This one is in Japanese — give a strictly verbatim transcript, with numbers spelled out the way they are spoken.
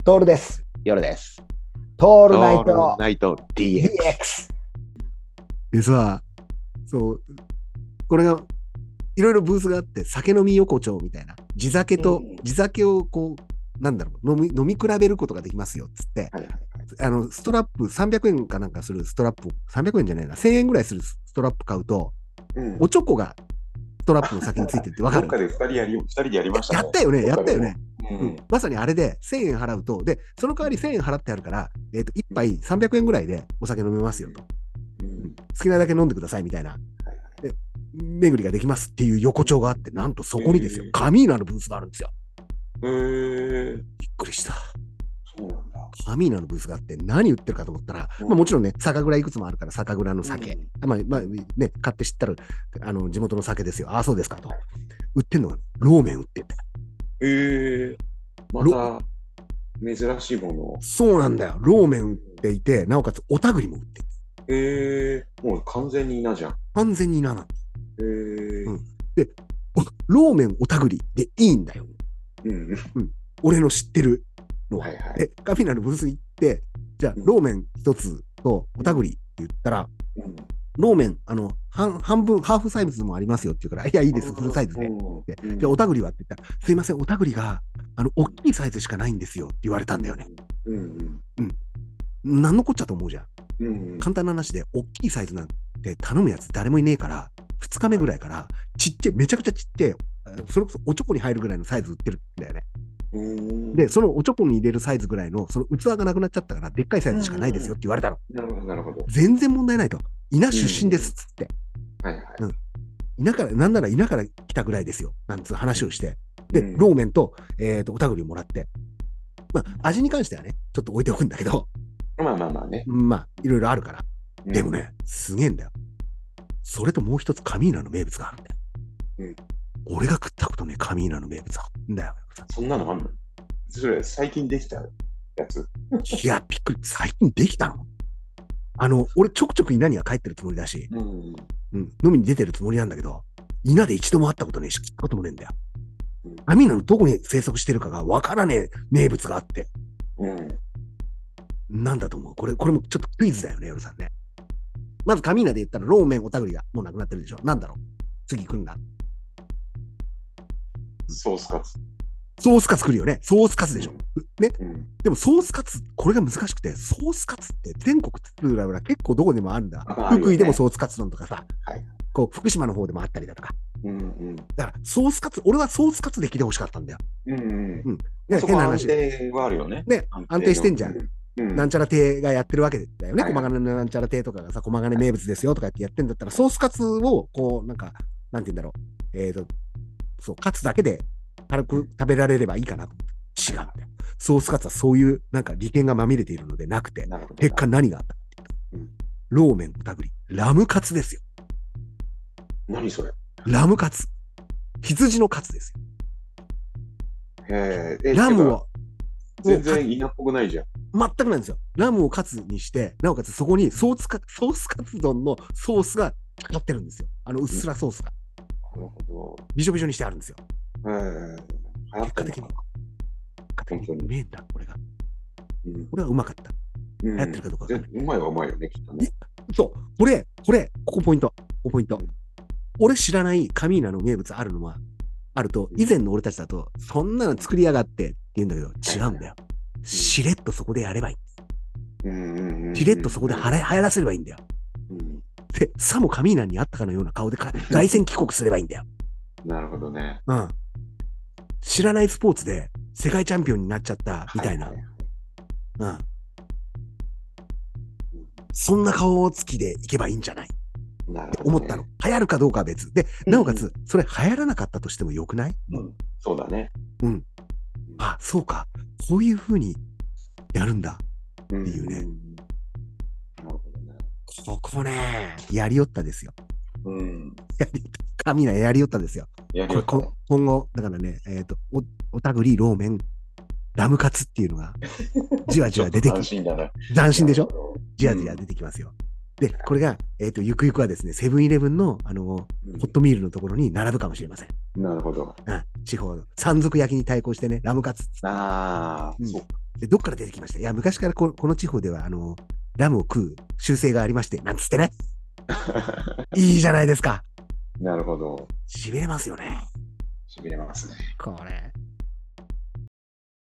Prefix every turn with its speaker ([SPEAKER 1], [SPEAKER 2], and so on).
[SPEAKER 1] トールです。
[SPEAKER 2] 夜です。
[SPEAKER 1] トールナイ
[SPEAKER 2] オール
[SPEAKER 1] ト
[SPEAKER 2] ナイト ディーエックス。
[SPEAKER 1] ディーエックス。
[SPEAKER 3] でさ、そう、これがいろいろブースがあって、酒飲み横丁みたいな、地酒と、
[SPEAKER 2] うん
[SPEAKER 3] 地酒をこう、なんだろう、飲み、飲み比べることができますよっつって、
[SPEAKER 2] はいはいはい、
[SPEAKER 3] あの、ストラップさんびゃくえんかなんかするストラップ、さんびゃくえんじゃないな、せんえんぐらいするストラップ買うと、
[SPEAKER 2] うん、
[SPEAKER 3] おちょこがストラップの先についてるってわかる？
[SPEAKER 2] どっかでふたりやり、ふたりでやりましたね。
[SPEAKER 3] やったよね、やったよね。
[SPEAKER 2] うん
[SPEAKER 3] うん、まさにあれでせんえん払うと、で、その代わりせんえん払ってあるから、えーと、いっぱいさんびゃくえんぐらいでお酒飲めますよと。
[SPEAKER 2] うん、
[SPEAKER 3] 好きなだけ飲んでくださいみたいな。で、巡りができますっていう横丁があって、なんとそこにですよ、カミーナのブースがあるんですよ。
[SPEAKER 2] へー、
[SPEAKER 3] びっくりした。
[SPEAKER 2] そうなんだ。
[SPEAKER 3] カミーナのブースがあって何売ってるかと思ったら、
[SPEAKER 2] うん、
[SPEAKER 3] まあ、もちろんね、酒蔵いくつもあるから酒蔵の酒。
[SPEAKER 2] うん、
[SPEAKER 3] まあ、まあ、ね、買って知ったら、あの、地元の酒ですよ。ああ、そうですかと。売ってんのが、ローメン売ってんだよ。
[SPEAKER 2] へー、また珍しいもの。
[SPEAKER 3] そうなんだよ。ローメン売っていて、なおかつおたぐりも売ってる。
[SPEAKER 2] へー、もう完全に稲じゃん。
[SPEAKER 3] 完全に稲なんだ。
[SPEAKER 2] へー、
[SPEAKER 3] うん、で、ローメンおたぐりでいいんだよ。
[SPEAKER 2] うん
[SPEAKER 3] うん、俺の知ってるのは。
[SPEAKER 2] はいはい、
[SPEAKER 3] で、カフィナのブース行って、じゃあ、ローメン一つとおたぐりって言ったら、うん、ローメン、あの、半半分、ハーフサイズもありますよって言うから、いや、いいです、フルサイズで。で、じゃあ、おたぐりはって言ったら、すいません、おたぐりが、あの、大きいサイズしかないんですよって言われたんだよね。うん。うん。何のこっちゃと思うじゃん。うん、簡単な話で、大きいサイズなんて頼むやつ誰もいねえから、ふつかめぐらいから、ちっちゃい、めちゃくちゃちっちゃい、それこそおちょこに入るぐらいのサイズ売ってるんだよね。で、そのおちょこに入れるサイズぐらいの、その器がなくなっちゃったから、でっかいサイズしかないですよって言われたの。
[SPEAKER 2] なるほど、なるほど。
[SPEAKER 3] 全然問題ないと。稲出身ですっつって。
[SPEAKER 2] はいはい。
[SPEAKER 3] うん。稲から、なんなら稲から来たぐらいですよ。なんつう話をして。で、ローメンと、えっと、おたぐりをもらって。まあ、味に関してはね、ちょっと置いておくんだけど。
[SPEAKER 2] まあまあまあね。
[SPEAKER 3] まあ、いろいろあるから。でもね、すげえんだよ。それともう一つ、カミーナの名物があるんだよ。うん。俺が食ったことね、カミーナの名物あるんだよ。
[SPEAKER 2] そんなのあんの？それ、最近できたやつ？
[SPEAKER 3] いや、びっくり。最近できたの？あの、俺ちょくちょく稲には帰ってるつもりだし、うん、うん、飲みに出てるつもりなんだけど、稲で一度も会ったことねえし、聞ったこともねえんだよ。カミーナのどこに生息してるかがわからねえ名物があって。うん。なんだと思う？これ、これもちょっとクイズだよね、夜さんね。まずカミーナで言ったら、ローメンおたぐりがもうなくなってるでしょ。なんだろう？次来るんだ。
[SPEAKER 2] ソースカツ。
[SPEAKER 3] ソースカツ来るよね。ソースカツでしょ。ね。うん、でもソースカツ、これが難しくて、ソースカツって全国津々浦々結構どこでもあるんだ。福井でもソースカツ丼とかさ、はい、こう福島の方でもあったりだとか。うんうん、だからソースカツ、俺はソースカツで来てほしかったんだよ。うんうん。うん。
[SPEAKER 2] ね、変な話。安定はあるよね。
[SPEAKER 3] ね、安定してんじゃん。うん、なんちゃら亭がやってるわけだよね。駒ヶ根のなんちゃら亭とかがさ、駒ヶ根名物ですよとかってやってんだったら、ソースカツをこう、なんか、なんて言うんだろう。えっと、そう、カツだけで軽く食べられればいいかなと。違うんだよ。ソースカツはそういうなんか利権がまみれているのでなくて、結果何があったかっていうと、うん、ローメンおたぐり、ラムカツですよ。
[SPEAKER 2] 何それ？
[SPEAKER 3] ラムカツ。羊のカツですよ。へえ。ラムは
[SPEAKER 2] 全然稲っぽくないじゃん。
[SPEAKER 3] 全くないんですよ。ラムをカツにして、なおかつそこにソースカソースカツ丼のソースがかかってるんですよ。あのうっすらソースが。なるほど。びしょびしょにしてあるんですよ。へえ。結果的に。本当にうめえんだ、これが。うん、これはうまかった。うん、流行ってるかどうか分かんない。
[SPEAKER 2] うまいはうまいよね、きっとね。
[SPEAKER 3] そう、これ、これ、ここポイント。ここポイント。うん、俺知らないカミーナの名物あるのは、あると、以前の俺たちだと、そんなの作りやがってって言うんだけど、違うんだよ。うん、しれっとそこでやればいい。うん、しれっとそこで流行らせればいいんだよ。うん、で、さもカミーナにあったかのような顔で凱旋帰国すればいいんだよ。
[SPEAKER 2] なるほどね。
[SPEAKER 3] うん。知らないスポーツで世界チャンピオンになっちゃったみたいな。はいはいはい、うん。そんな顔つきでいけばいいんじゃないって思ったの。流行るかどうかは別。で、なおかつ、それ流行らなかったとしてもよくない？
[SPEAKER 2] うん。そうだね。
[SPEAKER 3] うん。あ、そうか。こういう風にやるんだっていうね。うん、なるほどね。ここね、やりよったですよ。うん。やり、カミーナやりよったですよ。
[SPEAKER 2] やりよった、ね、
[SPEAKER 3] 今後、だからね、えっ、ー、と、お、おたぐり、ローメン、ラムカツっていうのが、じわじわ出てきます。
[SPEAKER 2] 斬新だな。
[SPEAKER 3] 斬新でしょ？じわじわ出てきますよ。 で、これが、えっと、ゆくゆくはですね、セブンイレブンの、あの、ホットミールのところに並ぶかもしれません。
[SPEAKER 2] なるほど。
[SPEAKER 3] うん、地方の。山賊焼きに対抗してね、ラムカツ。
[SPEAKER 2] ああ、
[SPEAKER 3] うん、
[SPEAKER 2] そう。
[SPEAKER 3] で、どっから出てきました？いや、昔からここの地方では、あの、ラムを食う習性がありまして、なんつってね。いいじゃないですか。
[SPEAKER 2] なるほど。
[SPEAKER 3] しびれますよね。
[SPEAKER 2] しびれますね。
[SPEAKER 3] これ。